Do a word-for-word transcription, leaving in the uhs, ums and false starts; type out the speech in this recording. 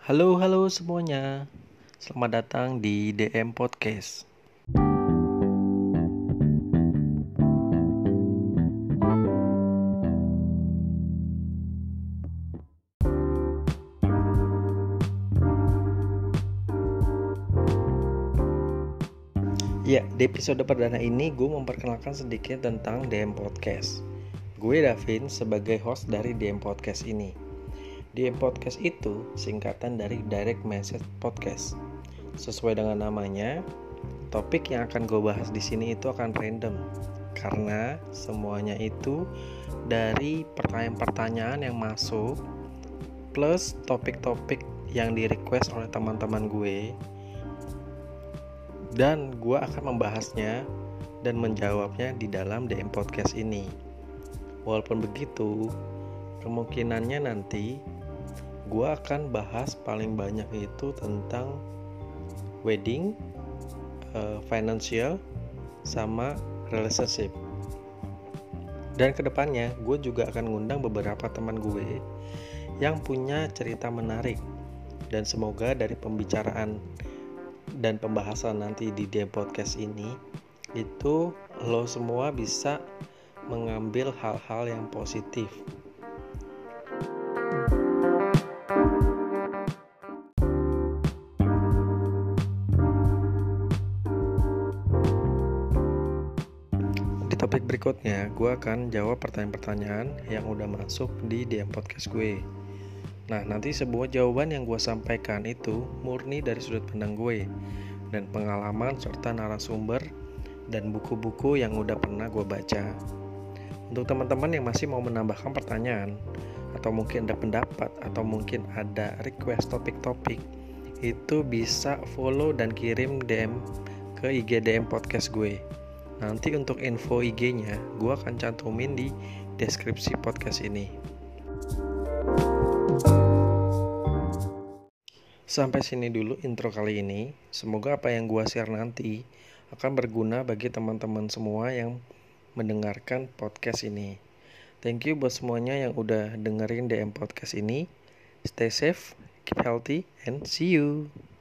Halo, halo semuanya. Selamat datang di D M Podcast. Ya, di episode perdana ini gue memperkenalkan sedikit tentang D M Podcast. Gue Davin sebagai host dari D M Podcast ini. D M Podcast itu singkatan dari Direct Message Podcast. Sesuai dengan namanya, topik yang akan gue bahas di sini itu akan random karena semuanya itu dari pertanyaan-pertanyaan yang masuk plus topik-topik yang di request oleh teman-teman gue, dan gue akan membahasnya dan menjawabnya di dalam D M Podcast ini. Walaupun begitu, kemungkinannya nanti gue akan bahas paling banyak itu tentang wedding, uh, financial, sama relationship. Dan kedepannya gue juga akan ngundang beberapa teman gue yang punya cerita menarik. Dan semoga dari pembicaraan dan pembahasan nanti di D M Podcast ini itu lo semua bisa mengambil hal-hal yang positif. Di topik berikutnya gue akan jawab pertanyaan-pertanyaan yang udah masuk di D M Podcast gue. Nah, nanti sebuah jawaban yang gue sampaikan itu murni dari sudut pandang gue dan pengalaman serta narasumber dan buku-buku yang udah pernah gue baca. Untuk teman-teman yang masih mau menambahkan pertanyaan atau mungkin ada pendapat atau mungkin ada request topik-topik, itu bisa follow dan kirim D M ke I G D M Podcast gue. Nanti untuk info I G-nya gue akan cantumin di deskripsi podcast ini. Sampai sini dulu intro kali ini. Semoga apa yang gue share nanti akan berguna bagi teman-teman semua yang mendengarkan podcast ini. Thank you buat semuanya yang udah dengerin D M Podcast ini. Stay safe, keep healthy, and see you.